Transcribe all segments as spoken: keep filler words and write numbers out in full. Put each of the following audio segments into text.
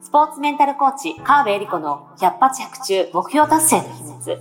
スポーツメンタルコーチ川辺恵理子の百発百中目標達成の秘密。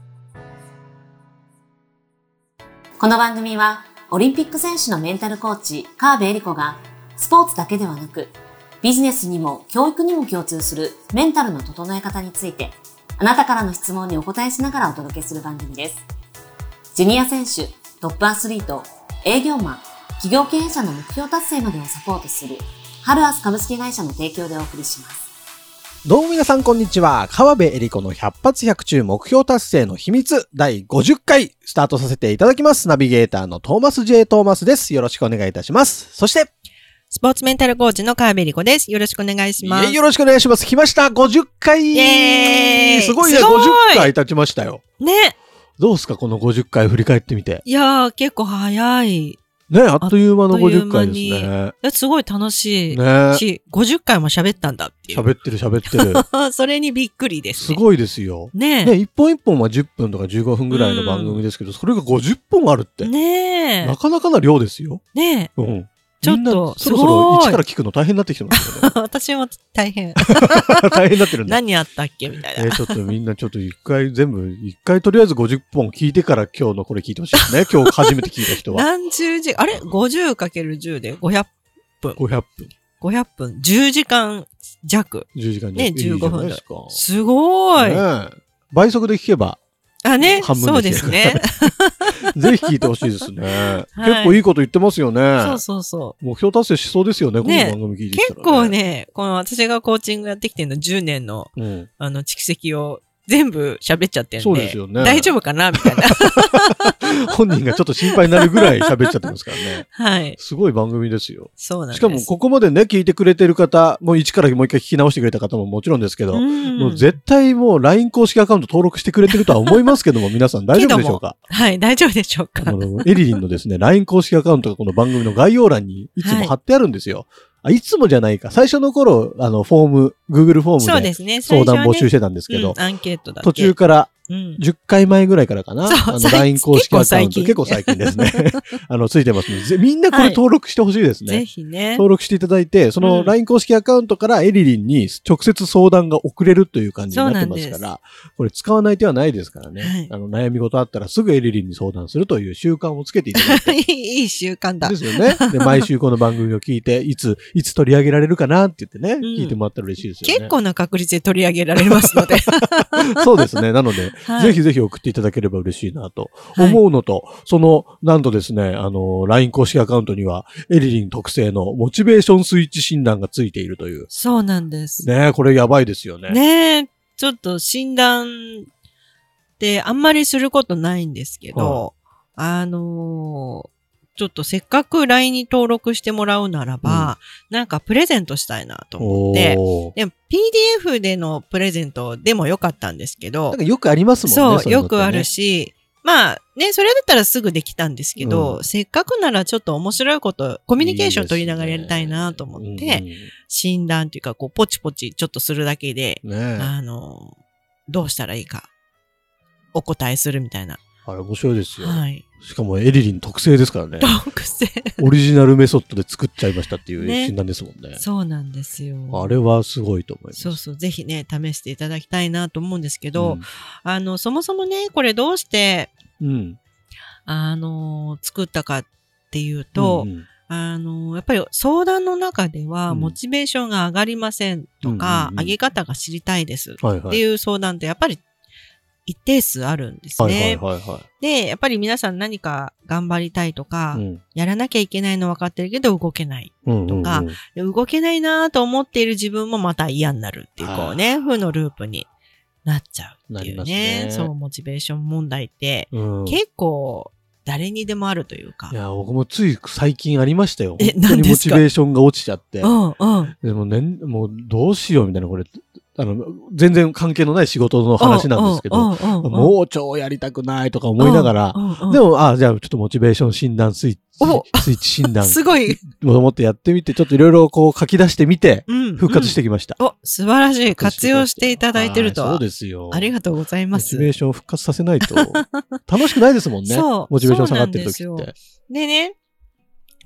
この番組はオリンピック選手のメンタルコーチ川辺恵理子がスポーツだけではなくビジネスにも教育にも共通するメンタルの整え方についてあなたからの質問にお答えしながらお届けする番組です。ジュニア選手、トップアスリート、営業マン、企業経営者の目標達成までをサポートするハルアス株式会社の提供でお送りします。 どうも皆さんこんにちは。川辺恵理子の百発百中目標達成の秘密だいごじゅっかいスタートさせていただきます。ナビゲーターのトーマス J トーマスです。よろしくお願いいたします。そしてスポーツメンタルコーチの川辺恵理子です。よろしくお願いします。 よろしくお願いします。来ましたごじゅっかい。 イエーイ。 すごいね。 すごいごじゅっかい経ちましたよ。 ね。 どうですかこのごじゅっかい振り返ってみて。 いやー結構早い。 ね、あっという間のごじゅっかいですね。 すごい楽しいねし、ごじゅっかいも喋ったんだっていう。 喋ってる喋ってる。 それにびっくりです、ね。 すごいですよ。 ねえ。 ね、一本一本はじゅっぷんとかじゅうごふんぐらいの番組ですけど、うん、それがごじゅっぽんあるって。 ねえ。 なかなかな量ですよ。 ねえ。 うん。 ちょっと、 そろそろ一から聞くの大変になってきてますよね。 私も大変。 大変になってるんだ。 何あったっけみたいな。 えー、ちょっとみんなちょっと一回全部、一回とりあえずごじゅっぽん聞いてから今日のこれ聞いてほしいですね。今日初めて聞いた人は。 何十時、あれ ?ごじゅうかけるじゅう でごひゃっぷん。 ごひゃっぷん。 ごひゃっぷん。じゅうじかん弱。 じゅうじかん弱。 ね、じゅうごふん。 いいす, すごい、 ね。倍速で聞けば。 あね、 半分そうですね。 ぜひ聞いてほしいですね、はい。結構いいこと言ってますよね。 そうそうそう。 目標達成しそうですよね、 ね、 この番組聞いてきたら、ね。 結構ね、この私がコーチングやってきてるのじゅうねんの、うん、あの、蓄積を全部喋っちゃってるんで。 そうですよね。 大丈夫かなみたいな。 本人がちょっと心配になるぐらい喋っちゃってますからね。 はい。 すごい番組ですよ。 そうなんです。 しかもここまでね、聞いてくれてる方、もう一からもう一回聞き直してくれた方ももちろんですけど、もう絶対もう ライン 公式アカウント登録してくれてるとは思いますけども、皆さん大丈夫でしょうか？ はい、大丈夫でしょうか？ あの、エリリンのですね、ライン 公式アカウントがこの番組の概要欄にいつも貼ってあるんですよ。はいあいつもじゃないか。最初の頃、あの、フォーム、Google フォームで相談募集してたんですけど、 ねうん、アンケートだ途中から、じゅっかいまえぐらいからかな。うん、あの、ライン 公式アカウント。結構最近ですね。あの、ついてますので、みんなこれ登録してほしいですね、はい。 ぜひね。 登録していただいて、その ライン 公式アカウントからエリリンに直接相談が送れるという感じになってますから、これ使わない手はないですからね。はい、あの、悩み事あったらすぐエリリンに相談するという習慣をつけていただいて。 いい習慣だ。 ですよね。で、毎週この番組を聞いて、いつ、いつ取り上げられるかなって言ってね、うん、聞いてもらったら嬉しいですよね。 結構な確率で取り上げられますので。 そうですね。なので、はい、ぜひぜひ送っていただければ嬉しいなと思うのと、はい、その、なんとですね、あの、ライン 公式アカウントには、エリリン特製のモチベーションスイッチ診断がついているという。 そうなんです。 ねえ、これやばいですよね。 ねえ、ちょっと診断ってあんまりすることないんですけど、はい、あのー、ちょっとせっかく ライン に登録してもらうならば、うん、なんかプレゼントしたいなと思って、でも ピーディーエフ でのプレゼントでもよかったんですけど、 なんかよくありますもんね。 そう、よくあるし、まあね、それだったらすぐできたんですけど、うん、せっかくならちょっと面白いこと、コミュニケーション取りながらやりたいなと思って、いいね、うん、診断っていうか、こう、ポチポチちょっとするだけで、ね、あの、どうしたらいいか、お答えするみたいな。 あれ面白いですよ。 はい。 しかもエリリン特製ですからね。 特製。 オリジナルメソッドで作っちゃいましたっていう診断ですもんね。 ね、そうなんですよ。 あれはすごいと思います。 そうそう。ぜひね、試していただきたいなと思うんですけど、うん、あの、そもそもね、これどうして、うん、あの、作ったかっていうと、うんうん、あの、やっぱり相談の中では、モチベーションが上がりませんとか、うんうんうん、上げ方が知りたいですっていう相談ってやっぱり一定数あるんですね。はいはいはいはい、で、やっぱり皆さん何か頑張りたいとか、うん、やらなきゃいけないの分かってるけど動けないとか、うんうんうん、動けないなと思っている自分もまた嫌になるっていう、こうね、負のループになっちゃうっていうね。ねそう、モチベーション問題って、うん、結構誰にでもあるというか。 いや、僕もつい最近ありましたよ。え、本当にモチベーションが落ちちゃって。うんうん、でもね、もうどうしようみたいな、これ。あの、全然関係のない仕事の話なんですけど、もう超やりたくないとか思いながら、でも、あ、じゃあちょっとモチベーション診断スイッチ、スイッチ診断。 すごい。 思ってやってみて、ちょっといろいろこう書き出してみて、復活してきました。 うんうん、お、素晴らしい。活用していただいてるとは。 そうですよ。 ありがとうございます。 モチベーション復活させないと、楽しくないですもんね。そう。モチベーション下がってる時って。 でね、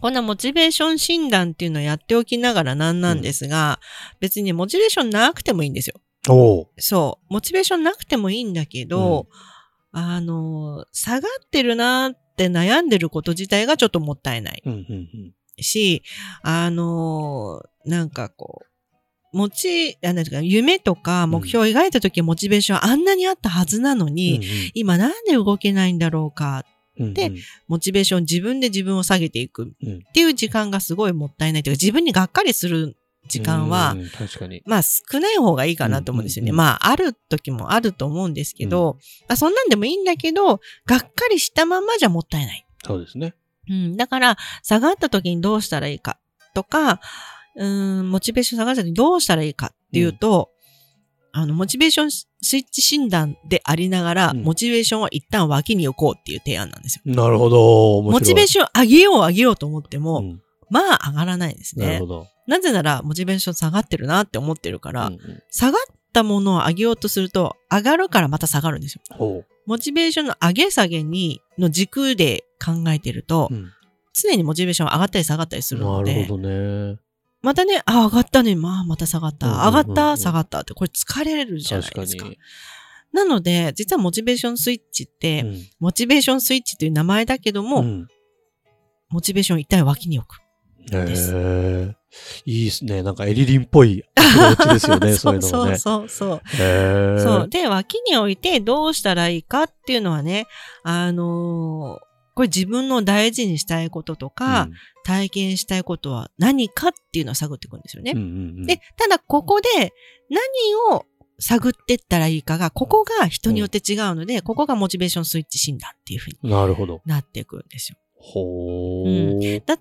こんなモチベーション診断っていうのをやっておきながらなんなんですが、うん、別にモチベーションなくてもいいんですよ。 おそう。モチベーションなくてもいいんだけど、うん、あの、下がってるなって悩んでること自体がちょっともったいない。 うんうんうんし、あの、なんかこう、もち、なんですか、夢とか目標を描いた時はモチベーションあんなにあったはずなのに、うんうん、今なんで動けないんだろうかって、うんうん、モチベーション自分で自分を下げていくっていう時間がすごいもったいないというか、自分にがっかりする時間は、 確かに。 まあ少ない方がいいかなと思うんですよね。うんうんうん、まあある時もあると思うんですけど、うん、あ、そんなんでもいいんだけど、がっかりしたままじゃもったいない。 そうですね。 うん、だから、下がった時にどうしたらいいかとか、うーん、モチベーション下がった時にどうしたらいいかっていうと、うん、あの、モチベーションスイッチ診断でありながら、うん、モチベーションは一旦脇に置こうっていう提案なんですよ。 なるほど。面白い。 モチベーション上げよう上げようと思っても、うん、まあ上がらないですね。 なるほど。 なぜなら、モチベーション下がってるなって思ってるから、 うんうん、 下がったものを上げようとすると、上がるからまた下がるんですよ。 ほう。 モチベーションの上げ下げに、の軸で考えてると、うん、常にモチベーション上がったり下がったりするので。 なるほどね。 またね、あ、上がったね。まあ、また下がった。うんうんうんうん、上がった、下がったって、これ疲れるじゃないですか。確かに。なので、実はモチベーションスイッチって、うん、モチベーションスイッチという名前だけども、うん、モチベーションを一体脇に置く。です。 へー。いいですね。なんかエリリンっぽいアプローチですよね。そういうのもね。 そうそうそう。 へー。 そう。で、脇に置いてどうしたらいいかっていうのはね、あのー、これ自分の大事にしたいこととか、うん、体験したいことは何かっていうのを探っていくんですよね。 うんうんうん、 で、ただここで何を探っていったらいいかが、ここが人によって違うので、うん、ここがモチベーションスイッチ診断っていうふうになっていくんですよ。 ほー。 うん、だって、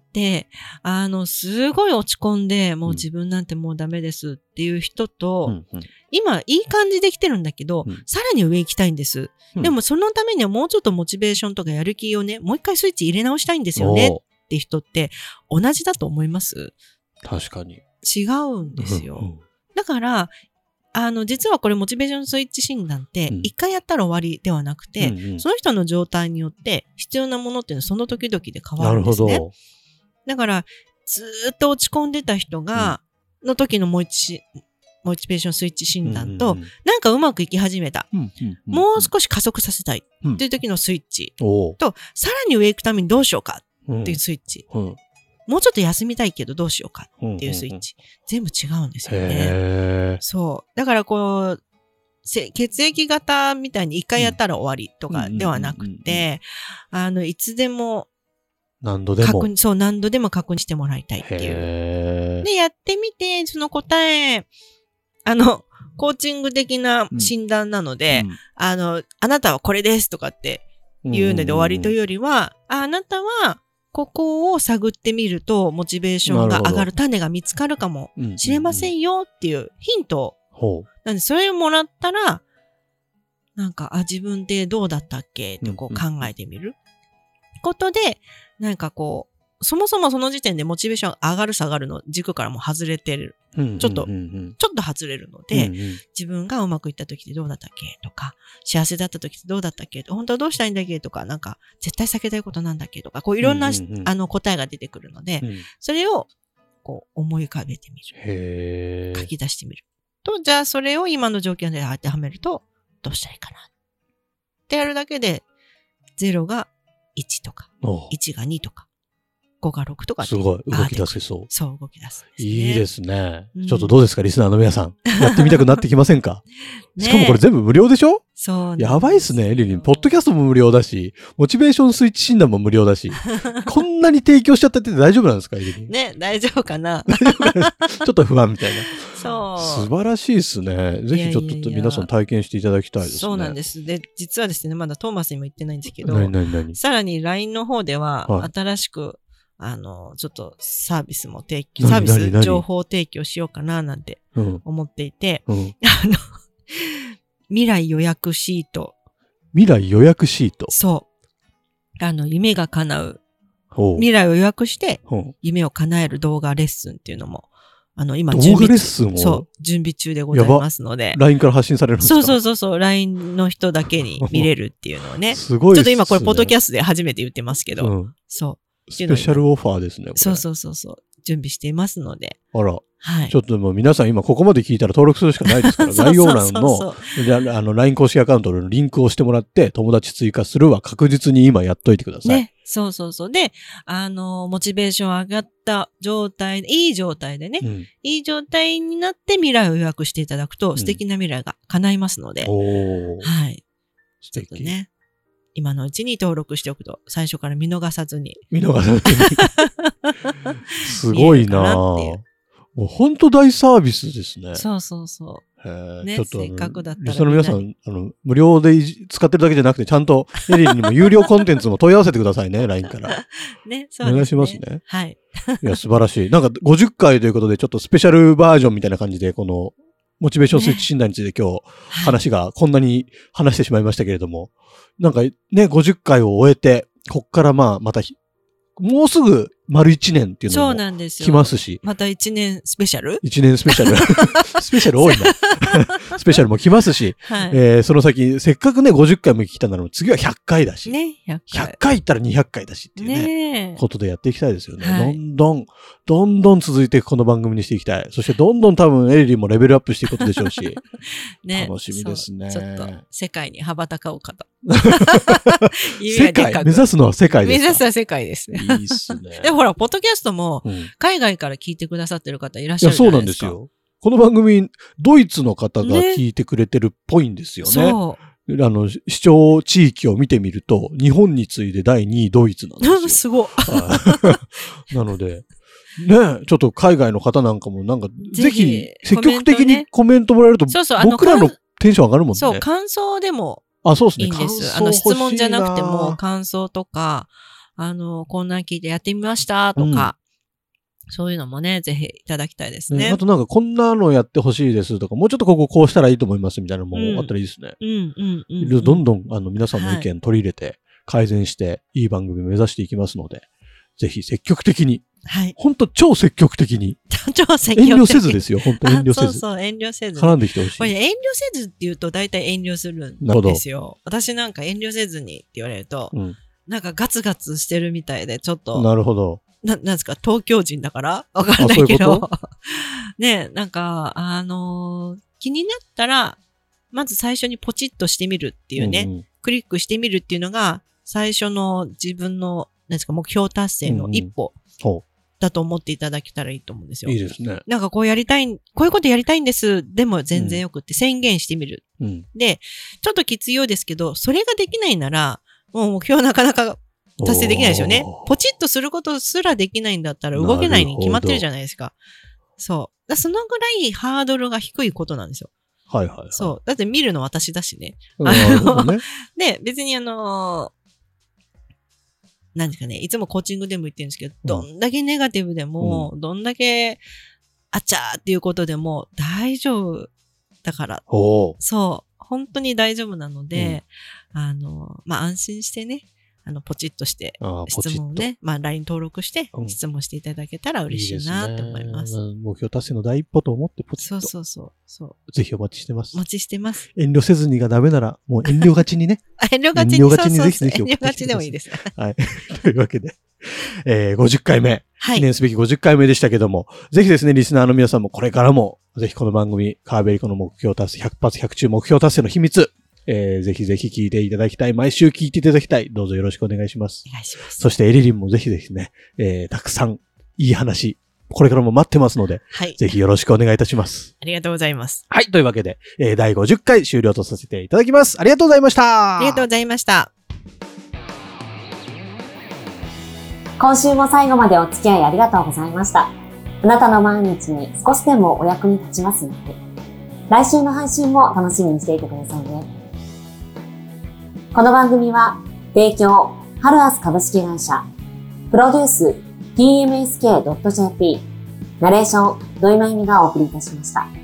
あの、すごい落ち込んで、もう自分なんてもうダメですっていう人と、うんうん、今いい感じできてるんだけど、うん、さらに上行きたいんです、うん。でもそのためにはもうちょっとモチベーションとかやる気をね、もう一回スイッチ入れ直したいんですよねって人って同じだと思います？ 確かに。 違うんですよ。うんうん、だから、あの、実はこれモチベーションスイッチ診断って、一回やったら終わりではなくて、うんうん、その人の状態によって必要なものっていうのはその時々で変わるんですね。なるほど。だから、ずーっと落ち込んでた人が、うん、の時のモチ、モチベーションスイッチ診断と、うんうんうん、なんかうまくいき始めた、うんうんうんうん。もう少し加速させたいっていう時のスイッチ、うん、と、さらに上行くためにどうしようかっていうスイッチ。うんうん、もうちょっと休みたいけどどうしようかっていうスイッチ。うんうんうん、全部違うんですよね。そう。だからこう、血液型みたいに一回やったら終わりとかではなくて、あの、いつでも、 何度でも。 確認、そう、何度でも確認してもらいたいっていう。で、やってみて、その答え、あの、コーチング的な診断なので、うん、あの、あなたはこれですとかって言うので終わりというよりは、あ、あなたは、ここを探ってみると、モチベーションが上がる種が見つかるかもしれませんよっていうヒントを。なんで、それをもらったら、なんか、あ、自分ってどうだったっけってこう考えてみることで、なんかこう、そもそもその時点でモチベーション上がる下がるの軸からも外れてる。ちょっと、ちょっと外れるので、うんうん、自分がうまくいった時ってどうだったっけとか、幸せだった時ってどうだったっけ本当はどうしたいんだっけとか、なんか、絶対避けたいことなんだっけとか、こういろんな、うんうんうん、あの答えが出てくるので、うん、それを、こう思い浮かべてみる。 へー。 書き出してみる。と、じゃあそれを今の条件で当てはめると、どうしたらいいかな。ってやるだけで、ゼロがいちとか、いちがにとか、ごがろくとか。 すごい。動き出せそう。 そう、動き出す、 ね。いいですね、うん。ちょっとどうですか、リスナーの皆さん。やってみたくなってきませんかね、しかもこれ全部無料でしょ？ そう。 やばいっすね、リリン。ポッドキャストも無料だし、モチベーションスイッチ診断も無料だし、こんなに提供しちゃってて大丈夫なんですか、リリン。 ね、大丈夫かなちょっと不安みたいな。 そう。 素晴らしいですね。ぜひちょっと皆さん体験していただきたいですね。 そうなんです。で、実はですね、まだトーマスにも言ってないんですけど、 何何何さらに ライン の方では、はい、新しく、あの、ちょっとサービスも提供、サービス情報提供しようかななんて思っていて、うんうん、あの、未来予約シート。 未来予約シート？ そう。あの、夢が叶う。未来を予約して、夢を叶える動画レッスンっていうのも、あの、今、 動画レッスンをそう、準備中でございますので。 ライン から発信されるんですか？ そうそうそうそう、ライン の人だけに見れるっていうのをね。 すごい、ね。 ちょっと今これ、ポッドキャストで初めて言ってますけど、うん、そう。 スペシャルオファーですね。これそうそうそうそう。準備していますので。 あら。 はい。 ちょっともう皆さん今ここまで聞いたら登録するしかないですから、概要欄の、あの、ライン 公式アカウントのリンクを押してもらって、友達追加するは確実に今やっといてください。 ね。そうそうそう。で、あの、モチベーション上がった状態、いい状態でね、うん、いい状態になって未来を予約していただくと、素敵な未来が叶いますので。うん、おー。はい。素敵。ちょっとね。今のうちに登録しておくと、最初から見逃さずに。 見逃さずに。すごいなぁ。もう本当大サービスですね。 そうそうそう。へね、ちょっとせっかくだったら。 リスナーの皆さん、あの、無料で使ってるだけじゃなくて、ちゃんとエリンにも有料コンテンツも問い合わせてくださいね、ライン から。 ね、そうですね。お願いしますね。 はい。 いや、素晴らしい。なんかごじゅっかいということで、ちょっとスペシャルバージョンみたいな感じで、この、モチベーションスイッチ診断について今日、話がこんなに話してしまいましたけれども、なんかね、ごじゅっかいを終えて、こっからまあ、また、もうすぐ丸いちねんっていうのも来ますし。 またいちねんスペシャル ? いち 年スペシャル。スペシャル多いな。スペシャルも来ますし、はい、えー、その先、せっかくね、ごじゅっかいも来たなら次はひゃっかいだし。 ね、ひゃっかい。 ひゃっかい行ったらにひゃっかいだしっていうね、 ねことでやっていきたいですよね、 はい。 どんどん、どんどん続いていくこの番組にしていきたい。そしてどんどん多分エリリーもレベルアップしていくことでしょうし。ね、楽しみですね。 ちょっと世界に羽ばたかおうかと。 世界目指すのは世界ですか？ 目指すは世界ですね。 いいっすね。 で、ほら、ポッドキャストも、海外から聞いてくださってる方いらっしゃるじゃないですか。 いや、そうなんですよ。この番組、ドイツの方が聞いてくれてるっぽいんですよね。そう。あの、視聴地域を見てみると、日本に次いでだいにいドイツなんですよ。 すごい。なので、ね、ちょっと海外の方なんかもなんか、ぜひ、積極的にコメントもらえると、そうそう、僕らのテンション上がるもんね。 そう、感想でも、 あ、そうですね。 いいんです。あの、質問じゃなくても、感想とか、あの、こんなん聞いてやってみましたとか、うん、そういうのもね、ぜひいただきたいですね。 ね、あとなんか、こんなのやってほしいですとか、もうちょっとこここうしたらいいと思いますみたいなのもあったらいいですね。 うん、うん、うん、うん。 どんどん、あの、皆さんの意見取り入れて、改善して、いい番組目指していきますので、ぜひ積極的に。はい。ほんと超積極的に。 超積極的に。 遠慮せずですよ、ほんと遠慮せず。 そうそう、遠慮せず。 絡んできてほしい。 これ遠慮せずって言うと大体遠慮するんですよ。私なんか遠慮せずにって言われると、うん、なんかガツガツしてるみたいで、ちょっと。 なるほど。 な、なんですか、東京人だからわかんないけど。ね、なんか、あのー、気になったら、まず最初にポチッとしてみるっていうね、うんうん、クリックしてみるっていうのが、最初の自分の、なんですか、目標達成の一歩。うんうんだと思っていただけたらいいと思うんですよ。 いいですね。 なんかこうやりたい、こういうことやりたいんです。でも全然よくって宣言してみる。うん、で、ちょっときついようですけど、それができないなら、もう目標なかなか達成できないですよね。ポチッとすることすらできないんだったら動けないに決まってるじゃないですか。そう。だそのぐらいハードルが低いことなんですよ。 はいはい、はい。 そう。だって見るの私だしね。 なるほどね。 で、別にあのー、なんですかね、いつもコーチングでも言ってるんですけど、どんだけネガティブでも、うん、どんだけ、あちゃーっていうことでも大丈夫だから。そう。本当に大丈夫なので、うん、あの、まあ、安心してね、あの、ポチッとして、質問をね、まあ、ライン 登録して、質問していただけたら嬉しいなって思います。 いいですね、目標達成の第一歩と思ってポチッと。 そうそうそう。 ぜひお待ちしてます。 お待ちしてます。 遠慮せずにがダメなら、もう遠慮がちにね。 遠慮がちに。 遠慮がちにぜひぜひ遠慮がちでもいいです。 はい。というわけで、えー、ごじゅっかいめ。はい。記念すべきごじゅっかいめでしたけども、ぜひですね、リスナーの皆さんもこれからも、ぜひこの番組、カーベリコの目標達成、ひゃく発ひゃく中目標達成の秘密、えー、ぜひぜひ聞いていただきたい。毎週聞いていただきたい。どうぞよろしくお願いします。 お願いします。 そしてエリリンもぜひぜひね、えー、たくさんいい話、これからも待ってますので、はい。ぜひよろしくお願いいたします。 ありがとうございます。 はい。というわけで、えー、だいごじゅっかい終了とさせていただきます。ありがとうございました。 ありがとうございました。 今週も最後までお付き合いありがとうございました。あなたの毎日に少しでもお役に立ちますように。来週の配信も楽しみにしていてくださいね。この番組は、提供、ハルアス株式会社、プロデュース、ティーエムエスケードットジェーピー、ナレーション、土井真由美がお送りいたしました。